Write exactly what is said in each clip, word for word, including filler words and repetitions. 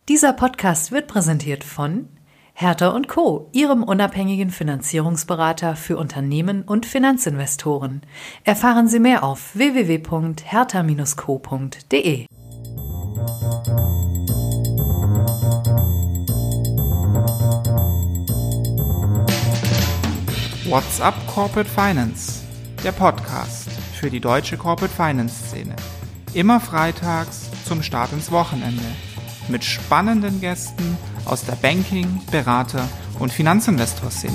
Dieser Podcast wird präsentiert von Hertha und Co., Ihrem unabhängigen Finanzierungsberater für Unternehmen und Finanzinvestoren. Erfahren Sie mehr auf w w w punkt hertha Bindestrich co punkt de. What's up Corporate Finance? Der Podcast für die deutsche Corporate Finance Szene. Immer freitags zum Start ins Wochenende. Mit spannenden Gästen aus der Banking-, Berater- und Finanzinvestor-Szene.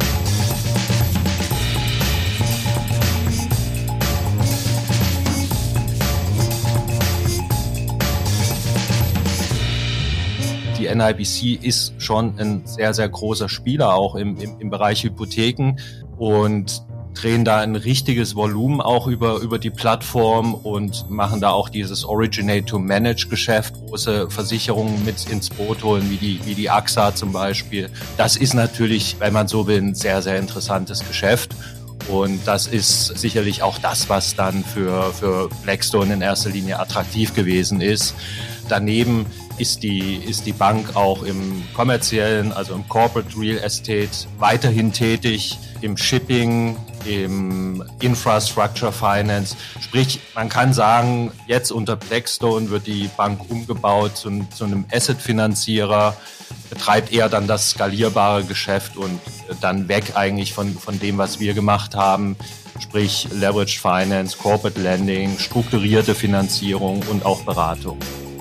Die N I B C ist schon ein sehr, sehr großer Spieler, auch im, im, im Bereich Hypotheken, und drehen da ein richtiges Volumen auch über, über die Plattform und machen da auch dieses Originate-to-Manage-Geschäft, große Versicherungen mit ins Boot holen, wie die, wie die A X A zum Beispiel. Das ist natürlich, wenn man so will, ein sehr, sehr interessantes Geschäft. Und das ist sicherlich auch das, was dann für, für Blackstone in erster Linie attraktiv gewesen ist. Daneben ist die, ist die Bank auch im kommerziellen, also im Corporate Real Estate weiterhin tätig, im Shipping, im Infrastructure Finance. Sprich, man kann sagen, jetzt unter Blackstone wird die Bank umgebaut zu, zu einem Asset-Finanzierer, betreibt eher dann das skalierbare Geschäft und dann weg eigentlich von, von dem, was wir gemacht haben. Sprich, Leveraged Finance, Corporate Lending, strukturierte Finanzierung und auch Beratung.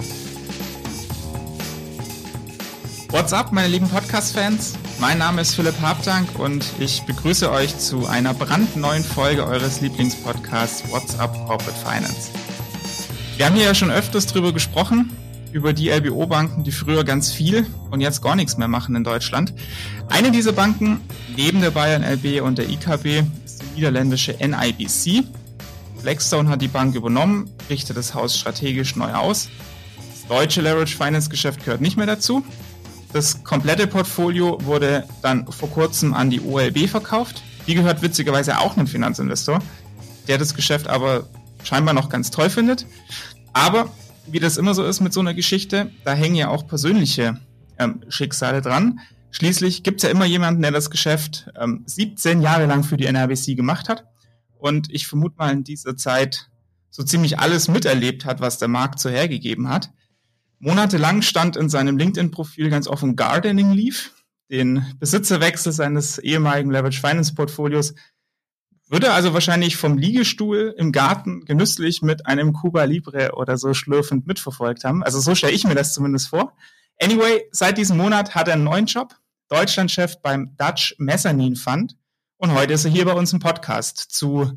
What's up, meine lieben Podcast-Fans? Mein Name ist Philipp Habdank und ich begrüße euch zu einer brandneuen Folge eures Lieblingspodcasts What's up Corporate Finance. Wir haben hier ja schon öfters drüber gesprochen, über die L B O-Banken, die früher ganz viel und jetzt gar nichts mehr machen in Deutschland. Eine dieser Banken, neben der Bayern L B und der I K B, ist die niederländische N I B C. Blackstone hat die Bank übernommen, richtet das Haus strategisch neu aus. Das deutsche Leveraged Finance Geschäft gehört nicht mehr dazu. Das komplette Portfolio wurde dann vor kurzem an die O L B verkauft. Die gehört witzigerweise auch einem Finanzinvestor, der das Geschäft aber scheinbar noch ganz toll findet. Aber wie das immer so ist mit so einer Geschichte, da hängen ja auch persönliche ähm, Schicksale dran. Schließlich gibt es ja immer jemanden, der das Geschäft ähm, siebzehn Jahre lang für die N I B C gemacht hat. Und ich vermute mal in dieser Zeit so ziemlich alles miterlebt hat, was der Markt so hergegeben hat. Monatelang stand in seinem LinkedIn-Profil ganz offen Gardening Leave, den Besitzerwechsel seines ehemaligen Leveraged Finance Portfolios. Würde also wahrscheinlich vom Liegestuhl im Garten genüsslich mit einem Cuba Libre oder so schlürfend mitverfolgt haben. Also so stelle ich mir das zumindest vor. Anyway, seit diesem Monat hat er einen neuen Job, Deutschlandchef beim Dutch Mezzanine Fund. Und heute ist er hier bei uns im Podcast zu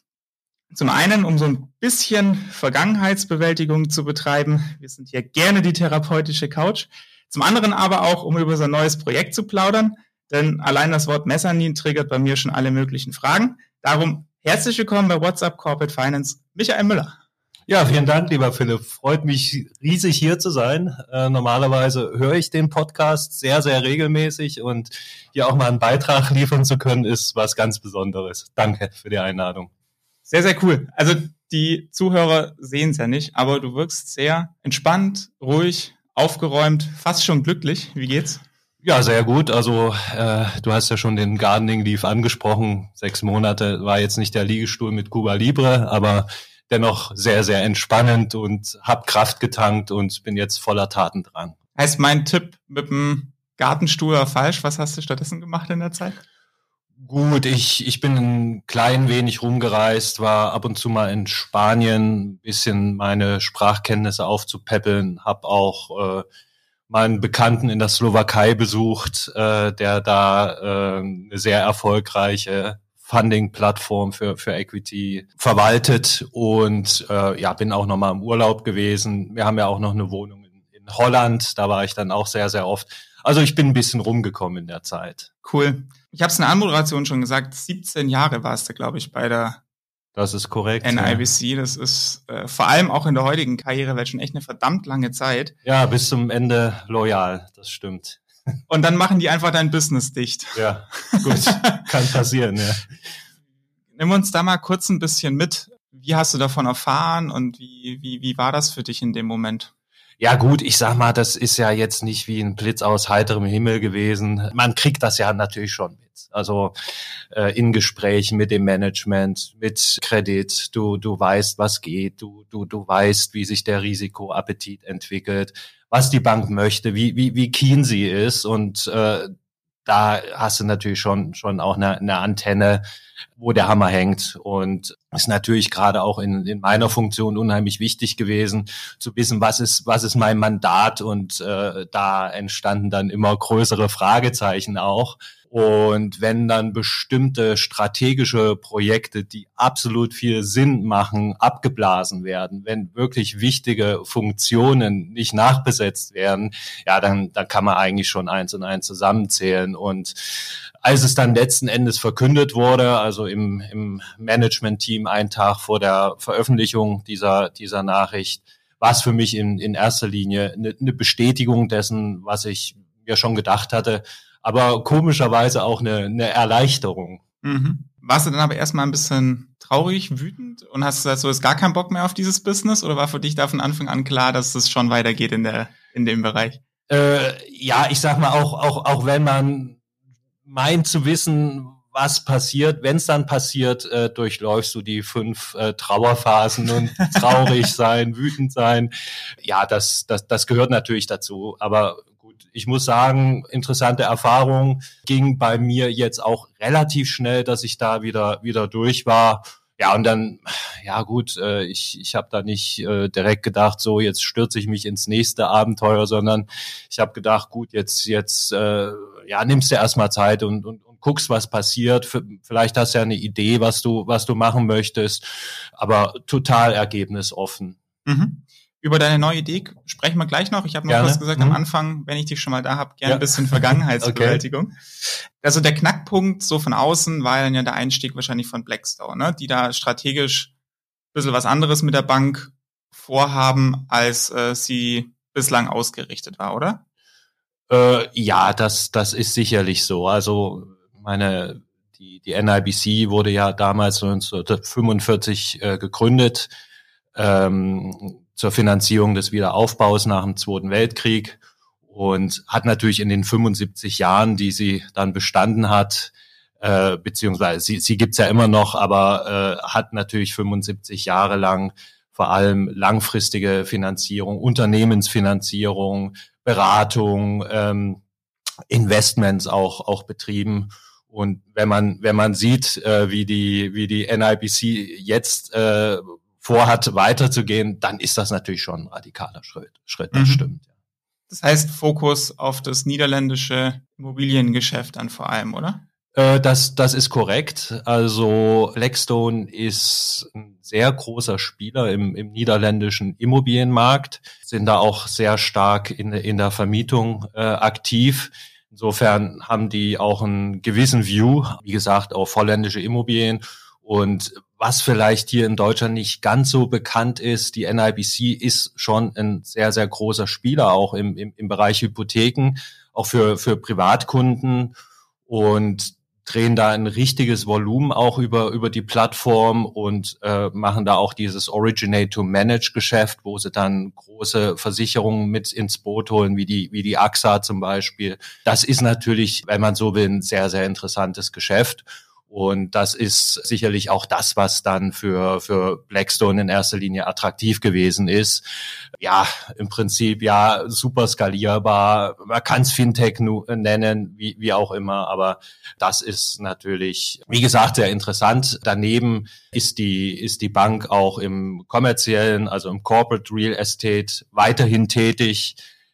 Zum einen, um so ein bisschen Vergangenheitsbewältigung zu betreiben. Wir sind hier gerne die therapeutische Couch. Zum anderen aber auch, um über sein neues Projekt zu plaudern. Denn allein das Wort Mezzanin triggert bei mir schon alle möglichen Fragen. Darum herzlich willkommen bei What's up Corporate Finance, Michael Müller. Ja, vielen Dank, lieber Philipp. Freut mich riesig, hier zu sein. Äh, normalerweise höre ich den Podcast sehr, sehr regelmäßig und hier auch mal einen Beitrag liefern zu können, ist was ganz Besonderes. Danke für die Einladung. Sehr, sehr cool. Also die Zuhörer sehen es ja nicht, aber du wirkst sehr entspannt, ruhig, aufgeräumt, fast schon glücklich. Wie geht's? Ja, sehr gut. Also äh, du hast ja schon den Gardening Leave angesprochen. Sechs Monate war jetzt nicht der Liegestuhl mit Cuba Libre, aber dennoch sehr, sehr entspannend und hab Kraft getankt und bin jetzt voller Tatendrang. Heißt mein Tipp mit dem Gartenstuhl war falsch? Was hast du stattdessen gemacht in der Zeit? Gut, ich ich bin ein klein wenig rumgereist, war ab und zu mal in Spanien, ein bisschen meine Sprachkenntnisse aufzupäppeln, habe auch äh, mal einen Bekannten in der Slowakei besucht, äh, der da äh, eine sehr erfolgreiche Funding-Plattform für für Equity verwaltet und äh, ja, bin auch noch mal im Urlaub gewesen. Wir haben ja auch noch eine Wohnung in, in Holland, da war ich dann auch sehr, sehr oft. Also ich bin ein bisschen rumgekommen in der Zeit. Cool. Ich habe es in der Anmoderation schon gesagt, siebzehn Jahre warst du, glaube ich, bei der Das ist korrekt. N I B C. Ja. Das ist äh, vor allem auch in der heutigen Karrierewelt schon echt eine verdammt lange Zeit. Ja, bis zum Ende loyal, das stimmt. Und dann machen die einfach dein Business dicht. Ja, gut, kann passieren, ja. Nimm uns da mal kurz ein bisschen mit. Wie hast du davon erfahren und wie, wie, wie war das für dich in dem Moment? Ja gut, ich sag mal, das ist ja jetzt nicht wie ein Blitz aus heiterem Himmel gewesen. Man kriegt das ja natürlich schon mit. Also äh, in Gesprächen mit dem Management, mit Kredit, du du weißt, was geht, du du du weißt, wie sich der Risikoappetit entwickelt, was die Bank möchte, wie wie wie keen sie ist, und äh, da hast du natürlich schon schon auch eine, eine Antenne, wo der Hammer hängt, und ist natürlich gerade auch in, in meiner Funktion unheimlich wichtig gewesen, zu wissen, was ist was ist mein Mandat, und äh, da entstanden dann immer größere Fragezeichen auch. Und wenn dann bestimmte strategische Projekte, die absolut viel Sinn machen, abgeblasen werden, wenn wirklich wichtige Funktionen nicht nachbesetzt werden, ja, dann, dann kann man eigentlich schon eins und eins zusammenzählen. Und als es dann letzten Endes verkündet wurde, also im, im Management-Team einen Tag vor der Veröffentlichung dieser, dieser Nachricht, war es für mich in, in erster Linie eine, eine Bestätigung dessen, was ich mir schon gedacht hatte, aber komischerweise auch eine, eine Erleichterung. Mhm. Warst du dann aber erstmal ein bisschen traurig, wütend und hast gesagt, so ist gar kein Bock mehr auf dieses Business, oder war für dich da von Anfang an klar, dass es schon weitergeht in der in dem Bereich? Äh, ja, ich sag mal, auch auch auch wenn man meint zu wissen, was passiert, wenn es dann passiert, äh, durchläufst du die fünf äh, Trauerphasen und traurig sein, wütend sein. Ja, das das das gehört natürlich dazu, aber ich muss sagen, interessante Erfahrung, ging bei mir jetzt auch relativ schnell, dass ich da wieder wieder durch war. Ja, und dann, ja gut, äh, ich ich habe da nicht äh, direkt gedacht, so jetzt stürze ich mich ins nächste Abenteuer, sondern ich habe gedacht, gut, jetzt jetzt äh, ja nimmst du erstmal Zeit und, und und guckst, was passiert. Vielleicht hast du ja eine Idee, was du was du machen möchtest, aber total ergebnisoffen. Mhm. Über deine neue Idee sprechen wir gleich noch. Ich habe noch Gerne. was gesagt mhm. am Anfang, wenn ich dich schon mal da habe, gerne Ja. ein bisschen Vergangenheitsbewältigung. Okay. Also der Knackpunkt so von außen war dann ja der Einstieg wahrscheinlich von Blackstone, ne? Die da strategisch ein bisschen was anderes mit der Bank vorhaben, als äh, sie bislang ausgerichtet war, oder? Äh, ja, das das ist sicherlich so. Also meine die die N I B C wurde ja damals neunzehnhundertfünfundvierzig äh, gegründet. Ähm, zur Finanzierung des Wiederaufbaus nach dem Zweiten Weltkrieg, und hat natürlich in den fünfundsiebzig Jahren, die sie dann bestanden hat, äh, beziehungsweise sie, sie gibt's ja immer noch, aber äh, hat natürlich fünfundsiebzig Jahre lang vor allem langfristige Finanzierung, Unternehmensfinanzierung, Beratung, ähm, Investments auch auch betrieben. Und wenn man wenn man sieht, äh, wie die wie die N I B C jetzt äh, vorhat, weiterzugehen, dann ist das natürlich schon ein radikaler Schritt. Schritt, das Mhm. stimmt. Das heißt Fokus auf das niederländische Immobiliengeschäft dann vor allem, oder? Äh, das, das ist korrekt. Also Blackstone ist ein sehr großer Spieler im, im niederländischen Immobilienmarkt, sind da auch sehr stark in, in der Vermietung äh, aktiv. Insofern haben die auch einen gewissen View, wie gesagt, auf holländische Immobilien. Und was vielleicht hier in Deutschland nicht ganz so bekannt ist, die N I B C ist schon ein sehr, sehr großer Spieler, auch im, im, im Bereich Hypotheken, auch für, für Privatkunden, und drehen da ein richtiges Volumen auch über, über die Plattform und äh, machen da auch dieses Originate-to-Manage-Geschäft, wo sie dann große Versicherungen mit ins Boot holen, wie die, wie die A X A zum Beispiel. Das ist natürlich, wenn man so will, ein sehr, sehr interessantes Geschäft. Und das ist sicherlich auch das, was dann für für Blackstone in erster Linie attraktiv gewesen ist. Ja, im Prinzip ja super skalierbar. Man kann es Fintech nennen, wie wie auch immer, aber das ist natürlich, wie gesagt, sehr interessant. Daneben ist die ist die Bank auch im kommerziellen, also im Corporate Real Estate weiterhin tätig.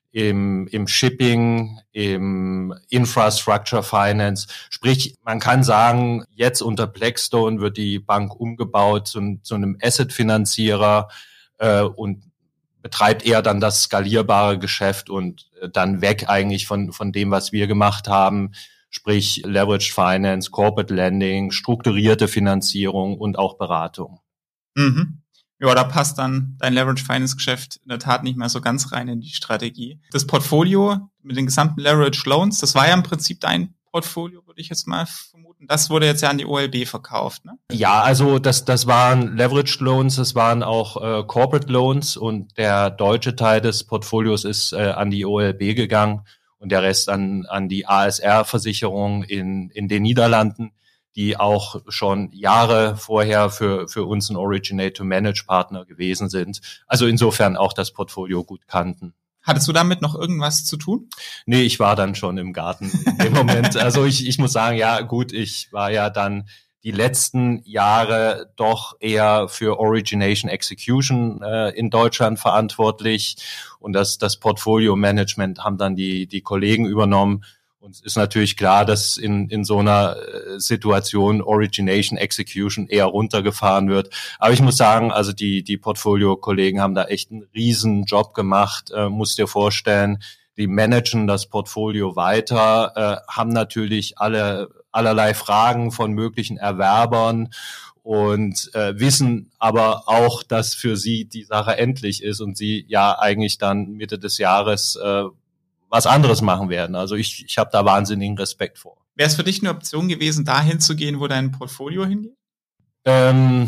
Im, im Shipping, im Infrastructure Finance. Sprich, man kann sagen, jetzt unter Blackstone wird die Bank umgebaut zu, zu einem Asset-Finanzierer äh, und betreibt eher dann das skalierbare Geschäft und äh, dann weg eigentlich von, von dem, was wir gemacht haben. Sprich, Leveraged Finance, Corporate Lending, strukturierte Finanzierung und auch Beratung. Mhm. Ja, da passt dann dein Leverage Finance Geschäft in der Tat nicht mehr so ganz rein in die Strategie. Das Portfolio mit den gesamten Leverage Loans, das war ja im Prinzip dein Portfolio, würde ich jetzt mal vermuten. Das wurde jetzt ja an die O L B verkauft, ne? Ja, also das das waren Leveraged Loans, das waren auch äh, Corporate Loans und der deutsche Teil des Portfolios ist äh, an die O L B gegangen und der Rest an an die A S R-Versicherung in in den Niederlanden, die auch schon Jahre vorher für für uns ein Originate-to-Manage-Partner gewesen sind. Also insofern auch das Portfolio gut kannten. Hattest du damit noch irgendwas zu tun? Nee, ich war dann schon im Garten in dem Moment. Also ich, ich muss sagen, ja gut, ich war ja dann die letzten Jahre doch eher für Origination Execution äh, in Deutschland verantwortlich und das, das Portfolio-Management haben dann die, die Kollegen übernommen. Und es ist natürlich klar, dass in, in so einer Situation Origination Execution eher runtergefahren wird. Aber ich muss sagen, also die, die Portfolio-Kollegen haben da echt einen riesen Job gemacht. Äh, musst dir vorstellen, die managen das Portfolio weiter, äh, haben natürlich alle, allerlei Fragen von möglichen Erwerbern und äh, wissen aber auch, dass für sie die Sache endlich ist und sie ja eigentlich dann Mitte des Jahres äh, was anderes machen werden. Also ich, ich habe da wahnsinnigen Respekt vor. Wäre es für dich eine Option gewesen, dahin zu gehen, wo dein Portfolio hingeht? Ähm,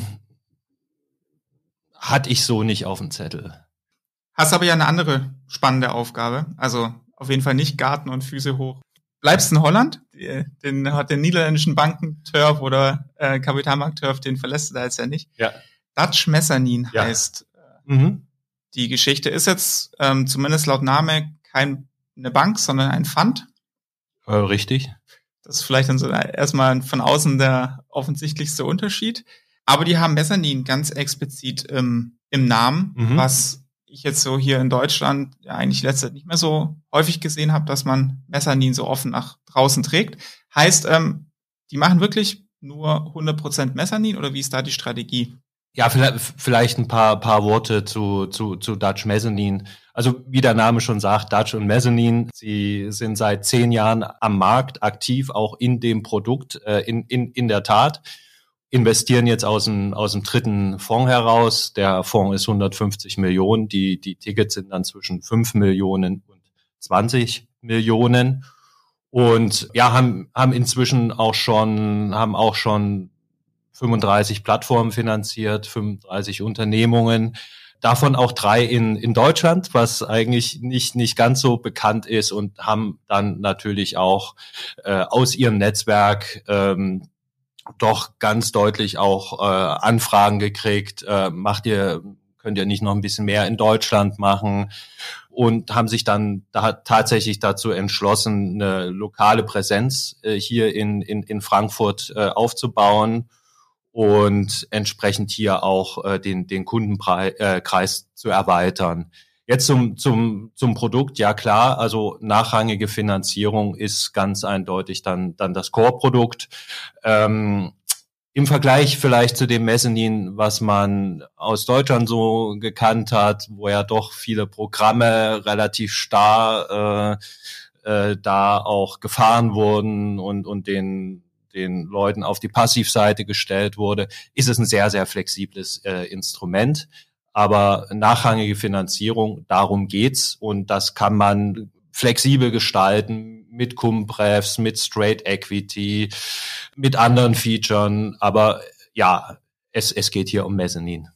hatte ich so nicht auf dem Zettel. Hast aber ja eine andere spannende Aufgabe. Also auf jeden Fall nicht Garten und Füße hoch. Bleibst in Holland, den hat den niederländischen Banken-Turf oder äh, Kapitalmarkt-Turf, den verlässt du da jetzt ja nicht. Ja. Dutch Mezzanine ja. heißt äh, mhm. die Geschichte. Ist jetzt ähm, zumindest laut Name kein eine Bank, sondern ein Fund. Äh, richtig. Das ist vielleicht dann so erstmal von außen der offensichtlichste Unterschied. Aber die haben Mezzanin ganz explizit im, im Namen, mhm. was ich jetzt so hier in Deutschland ja eigentlich letzte Zeit nicht mehr so häufig gesehen habe, dass man Mezzanin so offen nach draußen trägt. Heißt, ähm, die machen wirklich nur hundert Prozent Mezzanin oder wie ist da die Strategie? Ja, vielleicht, vielleicht ein paar, paar Worte zu, zu, zu Dutch Mezzanine. Also, wie der Name schon sagt, Dutch und Mezzanine, sie sind seit zehn Jahren am Markt aktiv, auch in dem Produkt, äh, in, in, in der Tat. Investieren jetzt aus dem, aus dem dritten Fonds heraus. Der Fonds ist hundertfünfzig Millionen. Die, die Tickets sind dann zwischen fünf Millionen und zwanzig Millionen. Und ja, haben, haben inzwischen auch schon, haben auch schon fünfunddreißig Plattformen finanziert, fünfunddreißig Unternehmungen, davon auch drei in in Deutschland, was eigentlich nicht nicht ganz so bekannt ist und haben dann natürlich auch äh, aus ihrem Netzwerk ähm, doch ganz deutlich auch äh, Anfragen gekriegt, äh, macht ihr, könnt ihr nicht noch ein bisschen mehr in Deutschland machen? Und haben sich dann da tatsächlich dazu entschlossen, eine lokale Präsenz äh, hier in in in Frankfurt äh, aufzubauen und entsprechend hier auch äh, den den Kundenkreis äh, zu erweitern. Jetzt zum zum zum Produkt, ja klar, also nachrangige Finanzierung ist ganz eindeutig dann dann das Core-Produkt. Ähm, Im Vergleich vielleicht zu dem Mezzanin, was man aus Deutschland so gekannt hat, wo ja doch viele Programme relativ starr äh, äh, da auch gefahren wurden und und den den Leuten auf die Passivseite gestellt wurde, ist es ein sehr, sehr flexibles äh, Instrument. Aber nachrangige Finanzierung, darum geht's. Und das kann man flexibel gestalten mit Cum-Prefs, mit Straight Equity, mit anderen Features. Aber ja, es, es geht hier um Mezzanin.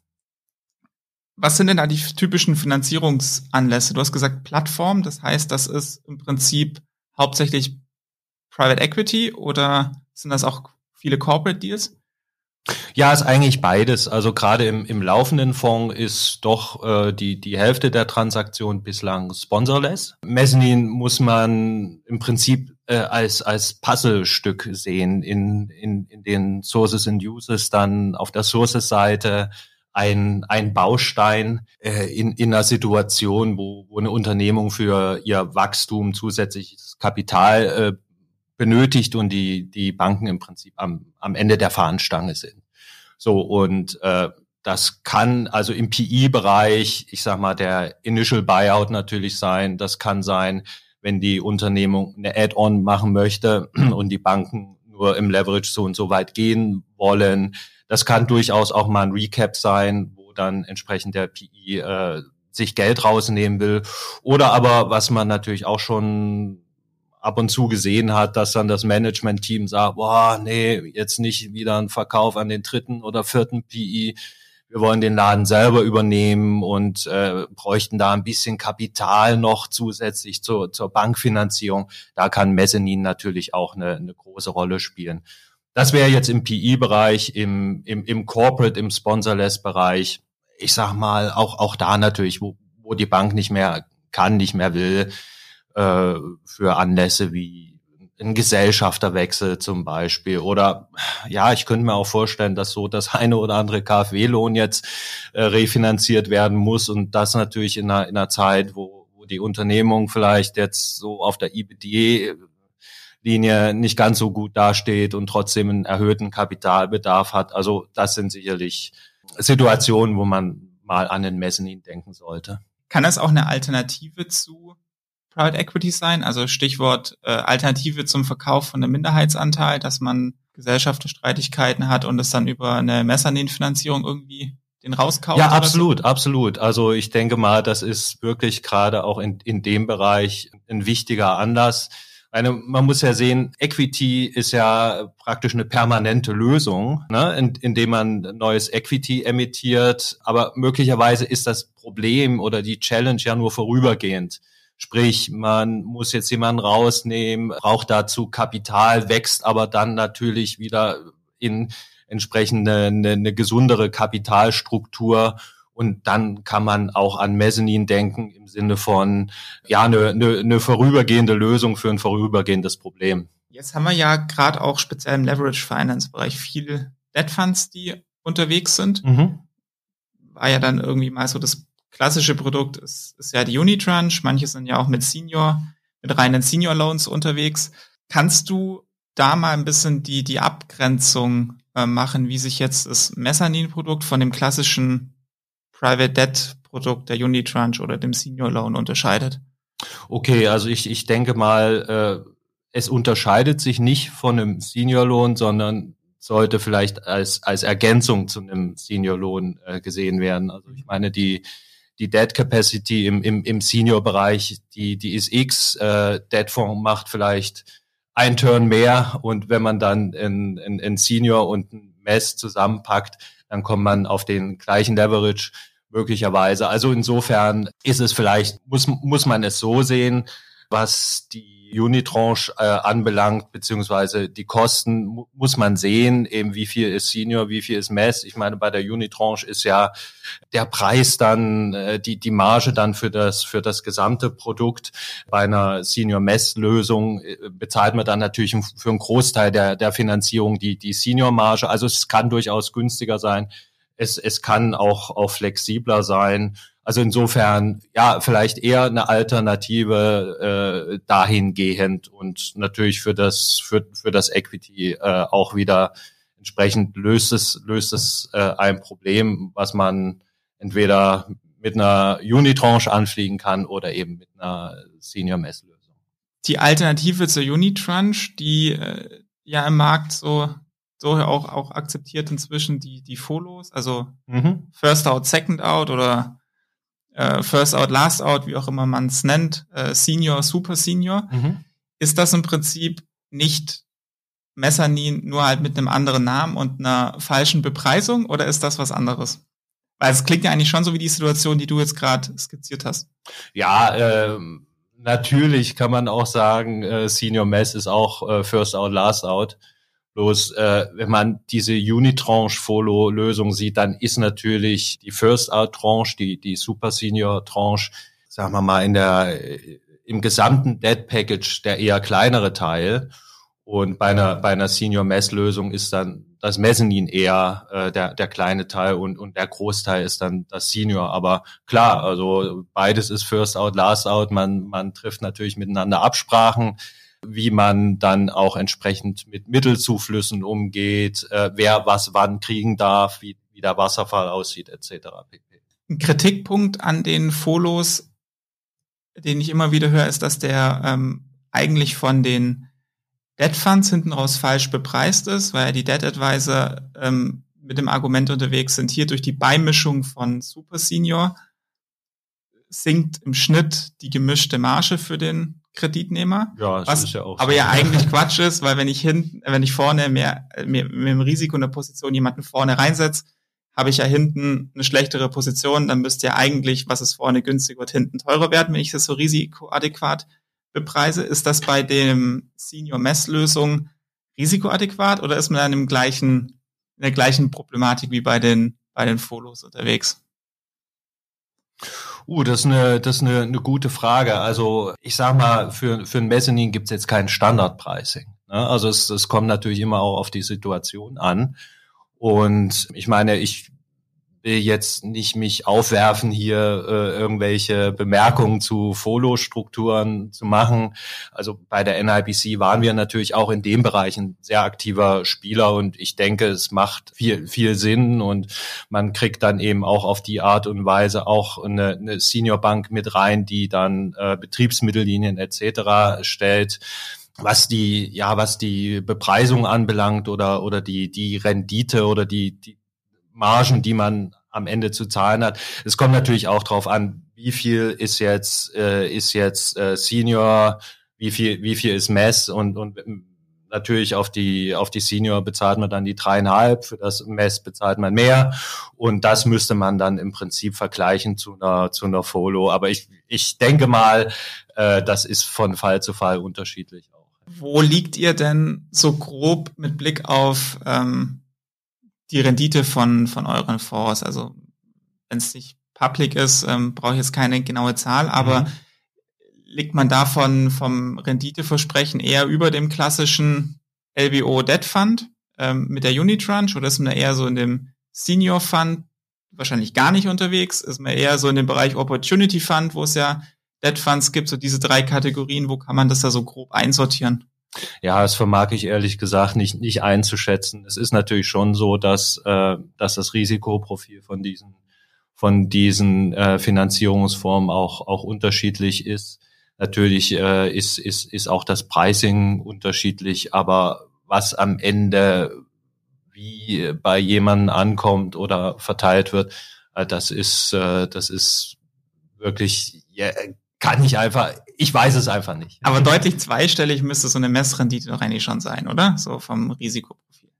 Was sind denn da die typischen Finanzierungsanlässe? Du hast gesagt Plattform, das heißt, das ist im Prinzip hauptsächlich Private Equity oder sind das auch viele Corporate Deals? Ja, ist eigentlich beides. Also gerade im, im laufenden Fonds ist doch äh, die die Hälfte der Transaktion bislang sponsorless. Mezzanin muss man im Prinzip äh, als als Puzzlestück sehen, in in in den Sources and Uses dann auf der Sources-Seite ein ein Baustein äh, in in einer Situation, wo wo eine Unternehmung für ihr Wachstum zusätzliches Kapital äh, benötigt und die die Banken im Prinzip am am Ende der Fahnenstange sind. So und äh, das kann also im P E-Bereich, ich sag mal, der Initial Buyout natürlich sein. Das kann sein, wenn die Unternehmung eine Add-on machen möchte und die Banken nur im Leverage so und so weit gehen wollen. Das kann durchaus auch mal ein Recap sein, wo dann entsprechend der P E äh, sich Geld rausnehmen will. Oder aber, was man natürlich auch schon ab und zu gesehen hat, dass dann das Management-Team sagt, boah, nee, jetzt nicht wieder ein Verkauf an den dritten oder vierten P I. Wir wollen den Laden selber übernehmen und äh, bräuchten da ein bisschen Kapital noch zusätzlich zur, zur Bankfinanzierung. Da kann Mezzanin natürlich auch eine, eine große Rolle spielen. Das wäre jetzt im P I-Bereich, im, im, im Corporate, im Sponsorless-Bereich. Ich sag mal, auch, auch da natürlich, wo, wo die Bank nicht mehr kann, nicht mehr will, äh, für Anlässe wie ein Gesellschafterwechsel zum Beispiel. Oder ja, ich könnte mir auch vorstellen, dass so das eine oder andere KfW-Lohn jetzt äh, refinanziert werden muss und das natürlich in einer, in einer Zeit, wo, wo die Unternehmung vielleicht jetzt so auf der EBITDA-Linie nicht ganz so gut dasteht und trotzdem einen erhöhten Kapitalbedarf hat. Also das sind sicherlich Situationen, wo man mal an den Mezzanin denken sollte. Kann das auch eine Alternative zu Private Equity sein? Also Stichwort äh, Alternative zum Verkauf von einem Minderheitsanteil, dass man Gesellschaftsstreitigkeiten hat und es dann über eine Mezzanin-Finanzierung irgendwie den rauskauft? Ja, absolut, so? absolut. Also ich denke mal, das ist wirklich gerade auch in, in dem Bereich ein wichtiger Anlass. Eine, man muss ja sehen, Equity ist ja praktisch eine permanente Lösung, ne, in, indem man neues Equity emittiert. Aber möglicherweise ist das Problem oder die Challenge ja nur vorübergehend. Sprich, man muss jetzt jemanden rausnehmen, braucht dazu Kapital, wächst aber dann natürlich wieder in entsprechende eine, eine gesundere Kapitalstruktur. Und dann kann man auch an Mezzanin denken im Sinne von, ja, eine, eine, eine vorübergehende Lösung für ein vorübergehendes Problem. Jetzt haben wir ja gerade auch speziell im Leverage-Finance-Bereich viele Debt-Funds, die unterwegs sind. Mhm. War ja dann irgendwie mal so das klassische Produkt, ist, ist ja die Unitranche. Manche sind ja auch mit Senior, mit reinen Senior-Loans unterwegs. Kannst du da mal ein bisschen die, die Abgrenzung äh, machen, wie sich jetzt das Mezzanin-Produkt von dem klassischen Private Debt Produkt der Unitranche oder dem Senior Loan unterscheidet? Okay, also ich ich denke mal, äh, es unterscheidet sich nicht von einem Senior Loan, sondern sollte vielleicht als als Ergänzung zu einem Senior Loan äh, gesehen werden. Also ich meine, die die Debt Capacity im im im Senior Bereich, die die ist X, äh, Debt Fonds macht vielleicht ein Turn mehr und wenn man dann in in, in Senior und ein Mezz zusammenpackt, dann kommt man auf den gleichen Leverage möglicherweise. Also insofern ist es vielleicht, muss, muss man es so sehen, was die Unitranche äh, anbelangt, beziehungsweise die Kosten mu- muss man sehen, eben wie viel ist Senior, wie viel ist Mezz. Ich meine, bei der Unitranche ist ja der Preis dann, äh, die die Marge dann für das für das gesamte Produkt. Bei einer Senior-Mezz-Lösung äh, bezahlt man dann natürlich für einen Großteil der der Finanzierung die die Senior-Marge. Also es kann durchaus günstiger sein. Es es kann auch auch flexibler sein. Also insofern, ja, vielleicht eher eine Alternative äh, dahingehend und natürlich für das für für das Equity äh, auch wieder entsprechend löst es löst es äh, ein Problem, was man entweder mit einer Unitranche anfliegen kann oder eben mit einer Senior-Mezz-Lösung. Die Alternative zur Unitranche, die äh, ja im Markt so so auch auch akzeptiert inzwischen die die F O L Os, also mhm. First Out, Second Out oder First Out, Last Out, wie auch immer man es nennt, äh, Senior, Super Senior. Mhm. Ist das im Prinzip nicht Mezzanin, nur halt mit einem anderen Namen und einer falschen Bepreisung, oder ist das was anderes? Weil es klingt ja eigentlich schon so wie die Situation, die du jetzt gerade skizziert hast. Ja, äh, natürlich kann man auch sagen, äh, Senior Mezz ist auch äh, First Out, Last Out. Bloß, äh, wenn man diese Unitranche-Follow-Lösung sieht, dann ist natürlich die First-Out-Tranche, die die Super-Senior-Tranche, sagen wir mal, in der im gesamten Debt-Package der eher kleinere Teil. Und bei einer bei einer Senior-Mezz-Lösung ist dann das Mezzanin eher äh, der der kleine Teil und und der Großteil ist dann das Senior. Aber klar, also beides ist First-Out, Last-Out. Man man trifft natürlich miteinander Absprachen, wie man dann auch entsprechend mit Mittelzuflüssen umgeht, äh, wer was wann kriegen darf, wie, wie der Wasserfall aussieht, et cetera pp. Ein Kritikpunkt an den F O L Os, den ich immer wieder höre, ist, dass der ähm, eigentlich von den Debt Funds hinten raus falsch bepreist ist, weil die Debt Advisor ähm, mit dem Argument unterwegs sind, hier durch die Beimischung von Super Senior sinkt im Schnitt die gemischte Marge für den Kreditnehmer. Ja, das was ist ja auch aber so. ja eigentlich Quatsch ist, weil wenn ich hinten, wenn ich vorne mehr, mehr mit dem Risiko in der Position jemanden vorne reinsetze, habe ich ja hinten eine schlechtere Position, dann müsste ja eigentlich, was ist vorne günstiger und hinten teurer werden, wenn ich das so risikoadäquat bepreise. Ist das bei dem Senior-Messlösung risikoadäquat oder ist man dann im gleichen, in der gleichen Problematik wie bei den, bei den Folos unterwegs? Uh, das ist eine, das ist eine, eine gute Frage. Also ich sag mal, für, für ein Mezzanin gibt's jetzt kein Standardpricing. Ne? Also es, es kommt natürlich immer auch auf die Situation an. Und ich meine, ich will jetzt nicht mich aufwerfen, hier äh, irgendwelche Bemerkungen zu Follow-Strukturen zu machen. Also bei der N I B C waren wir natürlich auch in dem Bereich ein sehr aktiver Spieler und ich denke, es macht viel viel Sinn und man kriegt dann eben auch auf die Art und Weise auch eine, eine Senior-Bank mit rein, die dann äh, Betriebsmittellinien et cetera stellt. Was die, ja, was die Bepreisung anbelangt oder oder die die Rendite oder die die Margen, die man am Ende zu zahlen hat. Es kommt natürlich auch drauf an, wie viel ist jetzt äh, ist jetzt äh, Senior, wie viel wie viel ist Mess und und natürlich auf die auf die Senior bezahlt man dann die dreieinhalb, für das Mess bezahlt man mehr und das müsste man dann im Prinzip vergleichen zu einer zu einer Follow. Aber ich ich denke mal, äh, das ist von Fall zu Fall unterschiedlich auch. Wo liegt ihr denn so grob mit Blick auf ähm, die Rendite von von euren Fonds? Also wenn es nicht public ist, ähm, brauche ich jetzt keine genaue Zahl, aber mhm. liegt man davon vom Renditeversprechen eher über dem klassischen L B O Debt Fund ähm, mit der Unitranche oder ist man eher so in dem Senior Fund wahrscheinlich gar nicht unterwegs? Ist man eher so in dem Bereich Opportunity Fund, wo es ja Debt Funds gibt, so diese drei Kategorien, wo kann man das da so grob einsortieren? Ja, das vermag ich ehrlich gesagt nicht nicht einzuschätzen. Es ist natürlich schon so, dass äh, dass das Risikoprofil von diesen von diesen äh, Finanzierungsformen auch auch unterschiedlich ist. Natürlich äh, ist ist ist auch das Pricing unterschiedlich, aber was am Ende wie bei jemandem ankommt oder verteilt wird, äh, das ist äh, das ist wirklich ja, kann ich einfach, ich weiß es einfach nicht. Aber deutlich zweistellig müsste so eine Messrendite doch eigentlich schon sein, oder? So vom Risikoprofil.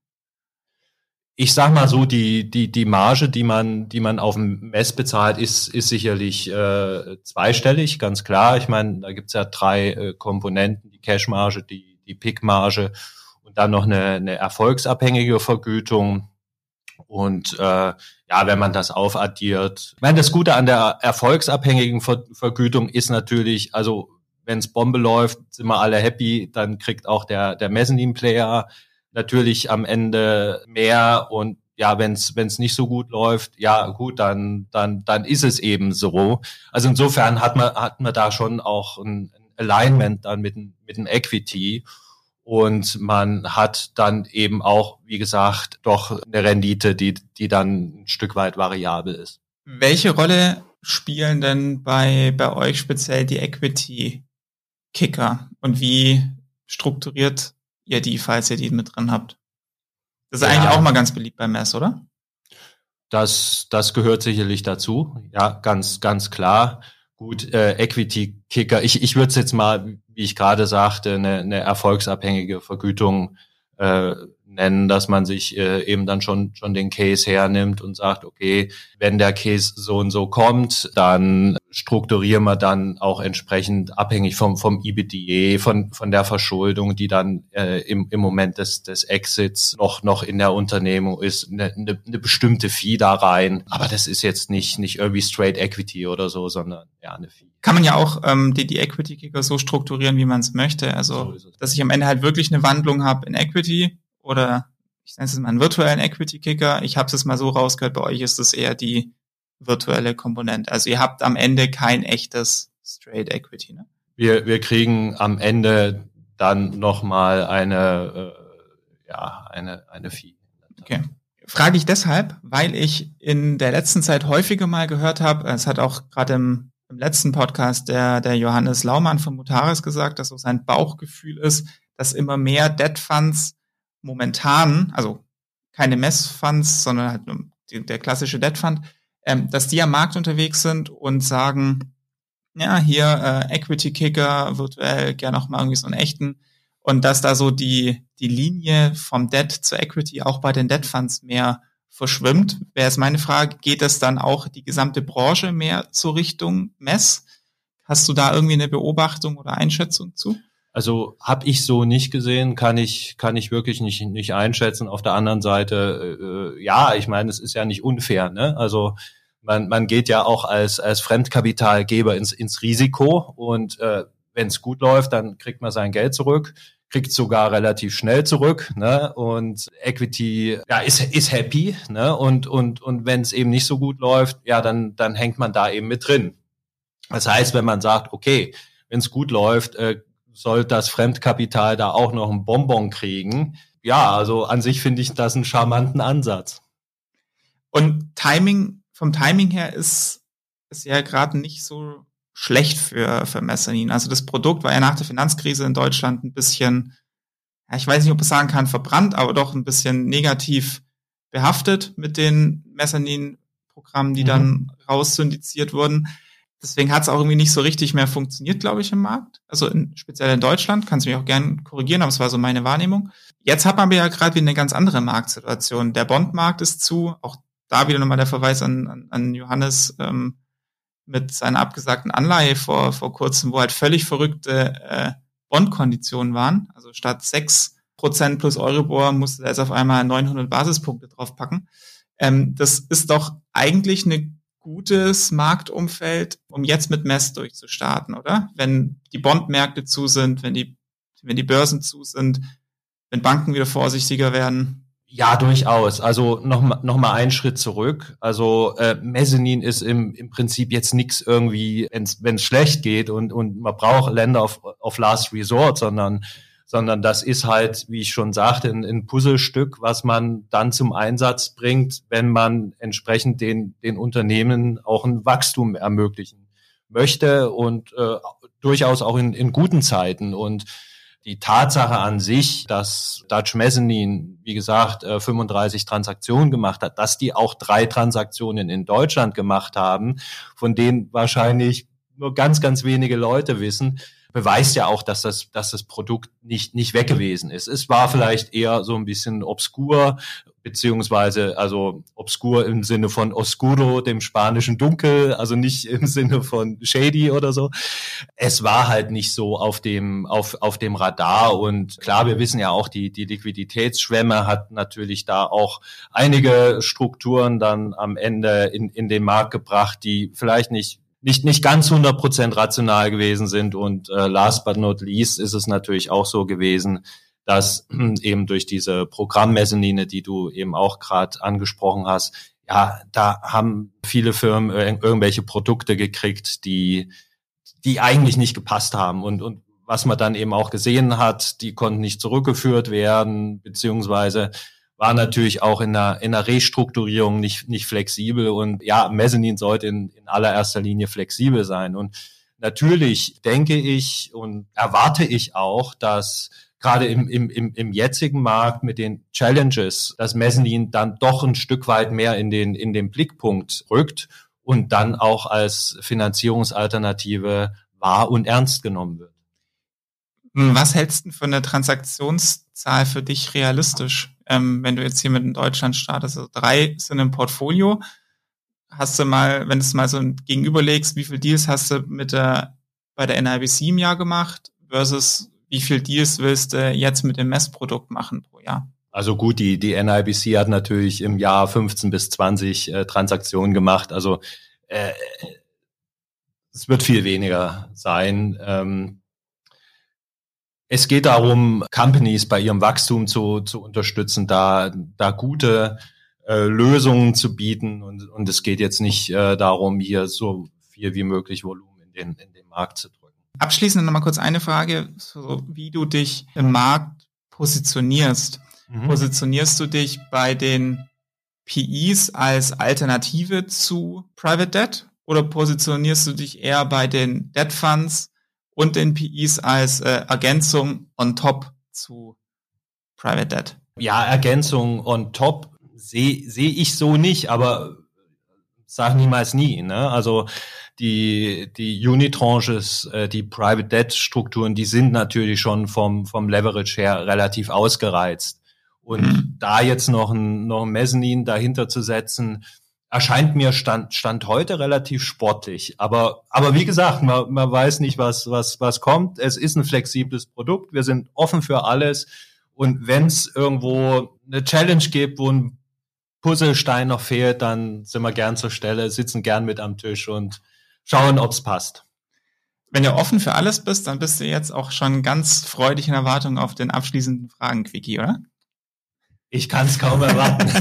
Ich sag mal so, die die die Marge, die man die man auf dem Mess bezahlt, ist ist sicherlich äh, zweistellig, ganz klar. Ich meine, da gibt's ja drei äh, Komponenten: die Cashmarge, die die P I K-Marge und dann noch eine, eine erfolgsabhängige Vergütung. Und äh, ja, wenn man das aufaddiert. Ich meine, das Gute an der erfolgsabhängigen Ver- Vergütung ist natürlich, also wenn's Bombe läuft, sind wir alle happy, dann kriegt auch der der Mezzanine-Player natürlich am Ende mehr und ja, wenn's wenn's nicht so gut läuft, ja gut, dann dann dann ist es eben so. Also insofern hat man hat man da schon auch ein, ein Alignment dann mit mit dem Equity. Und man hat dann eben auch, wie gesagt, doch eine Rendite, die die dann ein Stück weit variabel ist. Welche Rolle spielen denn bei bei euch speziell die Equity-Kicker? Und wie strukturiert ihr die, falls ihr die mit drin habt? Das ist ja eigentlich auch mal ganz beliebt beim Mess, oder? Das das gehört sicherlich dazu. Ja, ganz ganz klar. Gut, äh, Equity-Kicker. Ich ich würde es jetzt mal, wie ich gerade sagte, eine, eine erfolgsabhängige Vergütung äh, nennen, dass man sich äh, eben dann schon schon den Case hernimmt und sagt, okay, wenn der Case so und so kommt, dann strukturieren wir dann auch entsprechend abhängig vom vom E B I T D A, von von der Verschuldung, die dann äh, im im Moment des des Exits noch noch in der Unternehmung ist, eine, eine, eine bestimmte Fee da rein. Aber das ist jetzt nicht nicht irgendwie straight Equity oder so, sondern ja eine Fee. Kann man ja auch ähm, die die Equity Kicker so strukturieren, wie man es möchte. Also so dass ich am Ende halt wirklich eine Wandlung habe in Equity. Oder ich nenne es mal einen virtuellen Equity-Kicker. Ich habe es jetzt mal so rausgehört, bei euch ist es eher die virtuelle Komponente. Also ihr habt am Ende kein echtes Straight Equity, ne? Wir wir kriegen am Ende dann nochmal eine, äh, ja, eine, eine Fee. Okay. Frage ich deshalb, weil ich in der letzten Zeit häufiger mal gehört habe, es hat auch gerade im, im letzten Podcast der, der Johannes Laumann von Mutares gesagt, dass so sein Bauchgefühl ist, dass immer mehr Debt Funds momentan, also keine Messfunds, sondern halt die, der klassische Debt Fund, ähm, dass die am Markt unterwegs sind und sagen, ja, hier äh, Equity Kicker, virtuell gerne auch mal irgendwie so einen echten. Und dass da so die die Linie vom Debt zur Equity auch bei den Debt Funds mehr verschwimmt, wäre jetzt meine Frage, geht es dann auch die gesamte Branche mehr zur Richtung Mess? Hast du da irgendwie eine Beobachtung oder Einschätzung zu? Also habe ich so nicht gesehen, kann ich kann ich wirklich nicht nicht einschätzen. Auf der anderen Seite, äh, ja, ich meine, es ist ja nicht unfair, ne? Also man man geht ja auch als als Fremdkapitalgeber ins ins Risiko und äh, wenn es gut läuft, dann kriegt man sein Geld zurück, kriegt sogar relativ schnell zurück, ne? Und Equity ja ist ist happy, ne? Und und und wenn es eben nicht so gut läuft, ja, dann dann hängt man da eben mit drin. Das heißt, wenn man sagt, okay, wenn es gut läuft, äh, soll das Fremdkapital da auch noch einen Bonbon kriegen. Ja, also an sich finde ich das einen charmanten Ansatz. Und Timing, vom Timing her ist ist ja gerade nicht so schlecht für für Mezzanin. Also das Produkt war ja nach der Finanzkrise in Deutschland ein bisschen, ja, ich weiß nicht, ob ich sagen kann, verbrannt, aber doch ein bisschen negativ behaftet mit den Mezzanin-Programmen, die mhm. dann raussyndiziert wurden. Deswegen hat es auch irgendwie nicht so richtig mehr funktioniert, glaube ich, im Markt. Also in, speziell in Deutschland, kannst du mich auch gerne korrigieren, aber es war so meine Wahrnehmung. Jetzt hat man ja gerade wieder eine ganz andere Marktsituation. Der Bondmarkt ist zu, auch da wieder nochmal der Verweis an, an, an Johannes ähm, mit seiner abgesagten Anleihe vor vor kurzem, wo halt völlig verrückte äh, Bondkonditionen waren. Also statt sechs Prozent plus Euribor musste er jetzt auf einmal neunhundert Basispunkte draufpacken. Ähm, das ist doch eigentlich eine gutes Marktumfeld, um jetzt mit Mess durchzustarten, oder? Wenn die Bondmärkte zu sind, wenn die, wenn die Börsen zu sind, wenn Banken wieder vorsichtiger werden. Ja, durchaus. Also noch mal, noch mal einen Schritt zurück. Also äh, Mezzanin ist im im Prinzip jetzt nichts irgendwie, wenn es schlecht geht und und man braucht Länder auf auf Last Resort, sondern sondern das ist halt, wie ich schon sagte, ein, ein Puzzlestück, was man dann zum Einsatz bringt, wenn man entsprechend den den Unternehmen auch ein Wachstum ermöglichen möchte und äh, durchaus auch in, in guten Zeiten. Und die Tatsache an sich, dass Dutch Mezzanine, wie gesagt, fünfunddreißig Transaktionen gemacht hat, dass die auch drei Transaktionen in Deutschland gemacht haben, von denen wahrscheinlich nur ganz, ganz wenige Leute wissen, beweist ja auch, dass das, dass das Produkt nicht, nicht weg gewesen ist. Es war vielleicht eher so ein bisschen obskur, beziehungsweise, also obskur im Sinne von oscuro, dem spanischen Dunkel, also nicht im Sinne von shady oder so. Es war halt nicht so auf dem, auf, auf dem Radar und klar, wir wissen ja auch, die, die Liquiditätsschwemme hat natürlich da auch einige Strukturen dann am Ende in, in den Markt gebracht, die vielleicht nicht nicht nicht ganz hundert Prozent rational gewesen sind und äh, last but not least ist es natürlich auch so gewesen, dass eben durch diese Programmmezanine, die du eben auch gerade angesprochen hast, ja, da haben viele Firmen ir- irgendwelche Produkte gekriegt, die die eigentlich nicht gepasst haben und und was man dann eben auch gesehen hat, die konnten nicht zurückgeführt werden, beziehungsweise war natürlich auch in der, in der Restrukturierung nicht, nicht flexibel und ja, Mezzanin sollte in, in allererster Linie flexibel sein. Und natürlich denke ich und erwarte ich auch, dass gerade im, im, im, im jetzigen Markt mit den Challenges, dass Mezzanin dann doch ein Stück weit mehr in den, in den Blickpunkt rückt und dann auch als Finanzierungsalternative wahr und ernst genommen wird. Was hältst du von der Transaktionszahl für dich realistisch? Ähm, wenn du jetzt hier mit in Deutschland startest, also drei sind im Portfolio, hast du mal, wenn du es mal so gegenüberlegst, wie viele Deals hast du mit der, bei der N I B C im Jahr gemacht versus wie viele Deals willst du jetzt mit dem Messprodukt machen pro Jahr? Also gut, die, die N I B C hat natürlich im Jahr fünfzehn bis zwanzig äh, Transaktionen gemacht, also äh, es wird viel weniger sein. Ähm, Es geht darum, Companies bei ihrem Wachstum zu, zu unterstützen, da, da gute äh, Lösungen zu bieten. Und, und es geht jetzt nicht äh, darum, hier so viel wie möglich Volumen in den, in den Markt zu drücken. Abschließend noch mal kurz eine Frage, so wie du dich im Markt positionierst. Mhm. Positionierst du dich bei den P Es als Alternative zu Private Debt oder positionierst du dich eher bei den Debt Funds und den P Es als äh, Ergänzung on top zu Private Debt? Ja, Ergänzung on top sehe seh ich so nicht, aber sag niemals nie, ne? Also die die Unitranches, äh, die Private Debt Strukturen, die sind natürlich schon vom vom Leverage her relativ ausgereizt. Und mhm. da jetzt noch ein noch ein Mezzanin dahinter zu setzen, erscheint mir stand stand heute relativ sportlich. Aber aber wie gesagt, man man weiß nicht, was was was kommt. Es ist ein flexibles Produkt. Wir sind offen für alles. Und wenn es irgendwo eine Challenge gibt, wo ein Puzzlestein noch fehlt, dann sind wir gern zur Stelle, sitzen gern mit am Tisch und schauen, ob es passt. Wenn du offen für alles bist, dann bist du jetzt auch schon ganz freudig in Erwartung auf den abschließenden Fragen-Quickie, oder? Ich kann es kaum erwarten.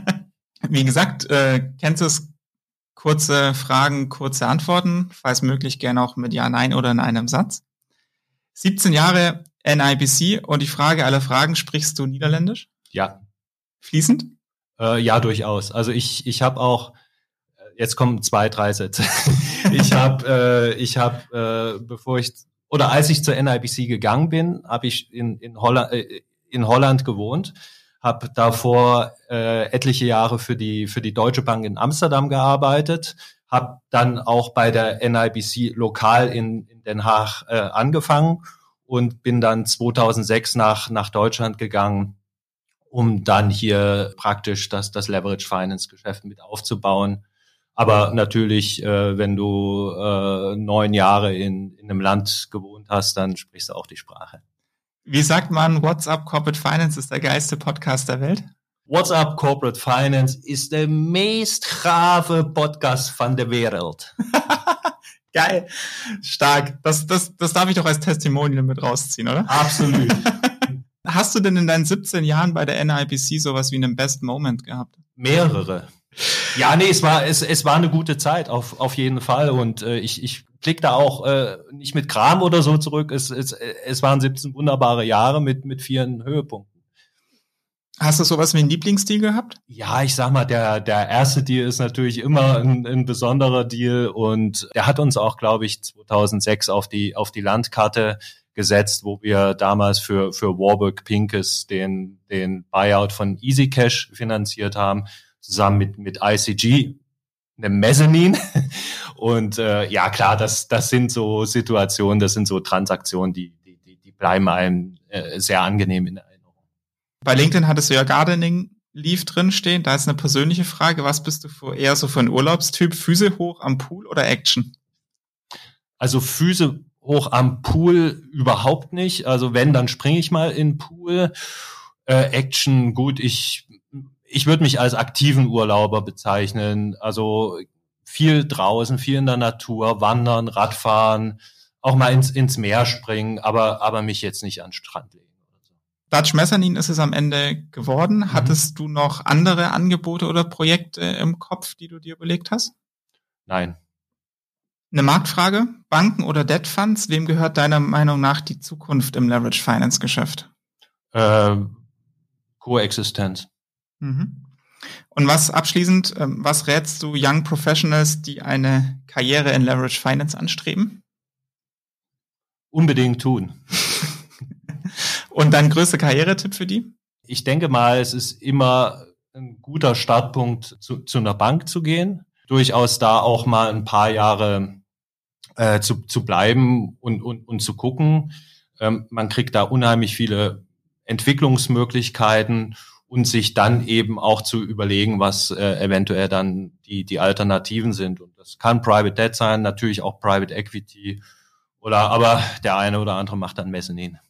Wie gesagt, äh, kennst du es? Kurze Fragen, kurze Antworten, falls möglich gerne auch mit Ja, Nein oder in einem Satz. siebzehn Jahre N I B C und die Frage aller Fragen, sprichst du Niederländisch? Ja. Fließend? Äh, ja, durchaus. Also ich ich habe auch, jetzt kommen zwei, drei Sätze. ich habe, äh, ich habe, äh, bevor ich, oder als ich zur N I B C gegangen bin, habe ich in, in, Holland, äh, in Holland gewohnt, habe davor äh, etliche Jahre für die, für die Deutsche Bank in Amsterdam gearbeitet, habe dann auch bei der N I B C lokal in, in Den Haag äh, angefangen und bin dann zweitausendsechs nach, nach Deutschland gegangen, um dann hier praktisch das, das Leverage Finance Geschäft mit aufzubauen. Aber natürlich, äh, wenn du äh, neun Jahre in, in einem Land gewohnt hast, dann sprichst du auch die Sprache. Wie sagt man, What's Up Corporate Finance ist der geilste Podcast der Welt? What's Up Corporate Finance ist der meest gave Podcast von der Welt. Geil, stark. Das, das, das darf ich doch als Testimonial mit rausziehen, oder? Absolut. Hast du denn in deinen siebzehn Jahren bei der N I B C sowas wie einen Best Moment gehabt? Mehrere. Ja, nee, es war es es war eine gute Zeit auf auf jeden Fall und äh, ich ich blicke da auch äh, nicht mit Kram oder so zurück. Es es es waren siebzehn wunderbare Jahre mit mit vielen Höhepunkten. Hast du sowas wie einen Lieblingsdeal gehabt? Ja, ich sag mal, der der erste Deal ist natürlich immer ein, ein besonderer Deal und der hat uns auch, glaube ich, zweitausendsechs auf die auf die Landkarte gesetzt, wo wir damals für für Warburg Pincus den den Buyout von Easy Cash finanziert haben, zusammen mit mit I C G, einem Mezzanin. Und äh, ja, klar, das das sind so Situationen, das sind so Transaktionen, die die die, die bleiben einem äh, sehr angenehm in Erinnerung. Bei LinkedIn hattest du ja Gardening Leaf drinstehen. Da ist eine persönliche Frage. Was bist du für eher so für ein Urlaubstyp? Füße hoch am Pool oder Action? Also Füße hoch am Pool überhaupt nicht. Also wenn, dann springe ich mal in den Pool. Äh, Action, gut, ich ich würde mich als aktiven Urlauber bezeichnen. Also viel draußen, viel in der Natur, wandern, Radfahren, auch mal ins ins Meer springen, aber aber mich jetzt nicht an den Strand legen. Dutch Mezzanine ist es am Ende geworden. Mhm. Hattest du noch andere Angebote oder Projekte im Kopf, die du dir überlegt hast? Nein. Eine Marktfrage. Banken oder Debt Funds? Wem gehört deiner Meinung nach die Zukunft im Leverage Finance Geschäft? Äh, Koexistenz. Mhm. Und was abschließend, was rätst du Young Professionals, die eine Karriere in Leverage Finance anstreben? Unbedingt tun. Und dein größter Karrieretipp für die? Ich denke mal, es ist immer ein guter Startpunkt, zu, zu einer Bank zu gehen. Durchaus da auch mal ein paar Jahre äh, zu, zu bleiben und, und, und zu gucken. Ähm, man kriegt da unheimlich viele Entwicklungsmöglichkeiten und sich dann eben auch zu überlegen, was äh, eventuell dann die, die Alternativen sind. Und das kann Private Debt sein, natürlich auch Private Equity oder, aber der eine oder andere macht dann Mezzanin.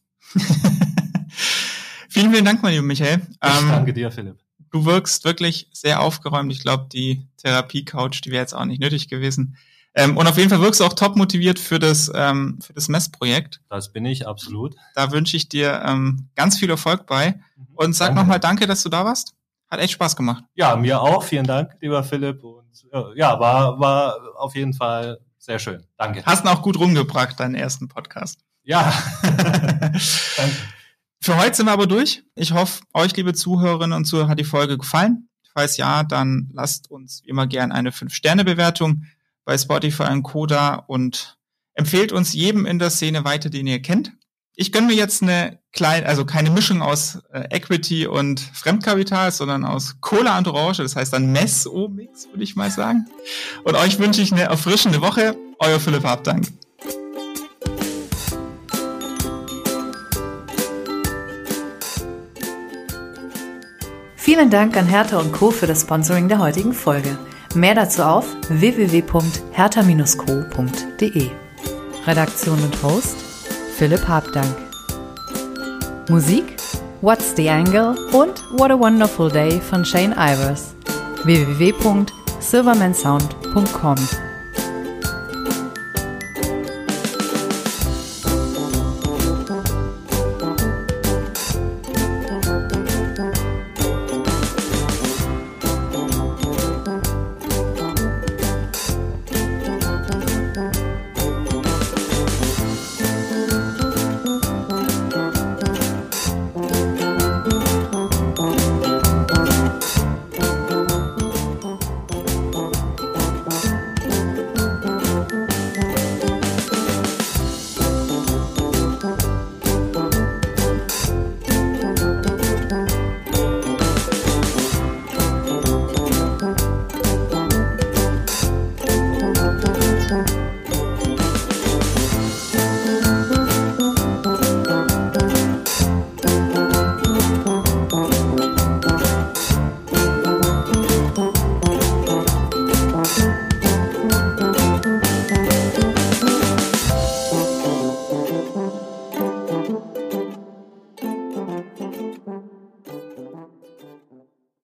Vielen, vielen Dank, mein lieber Michael. Ich ähm, danke dir, Philipp. Du wirkst wirklich sehr aufgeräumt. Ich glaube, die Therapie-Couch, die wäre jetzt auch nicht nötig gewesen. Ähm, und auf jeden Fall wirkst du auch top motiviert für das ähm, für das Messprojekt. Das bin ich, absolut. Da wünsche ich dir ähm, ganz viel Erfolg bei. Und sag nochmal danke, dass du da warst. Hat echt Spaß gemacht. Ja, mir auch. Vielen Dank, lieber Philipp. Und äh, ja, war war auf jeden Fall sehr schön. Danke. Hast ihn auch gut rumgebracht, deinen ersten Podcast. Ja. Danke. Für heute sind wir aber durch. Ich hoffe, euch, liebe Zuhörerinnen und Zuhörer, hat die Folge gefallen. Falls ja, dann lasst uns wie immer gern eine fünf Sterne Bewertung bei Spotify und Co. da und empfehlt uns jedem in der Szene weiter, den ihr kennt. Ich gönne mir jetzt eine kleine, also keine Mischung aus äh, Equity und Fremdkapital, sondern aus Cola und Orange. Das heißt dann Messo-Mix, würde ich mal sagen. Und euch wünsche ich eine erfrischende Woche. Euer Philipp Habdank. Vielen Dank an Hertha und Co. für das Sponsoring der heutigen Folge. Mehr dazu auf w w w punkt hertha Bindestrich co punkt de. Redaktion und Host Philipp Habdank. Musik What's the Angle und What a Wonderful Day von Shane Ivers. w w w punkt silverman sound punkt com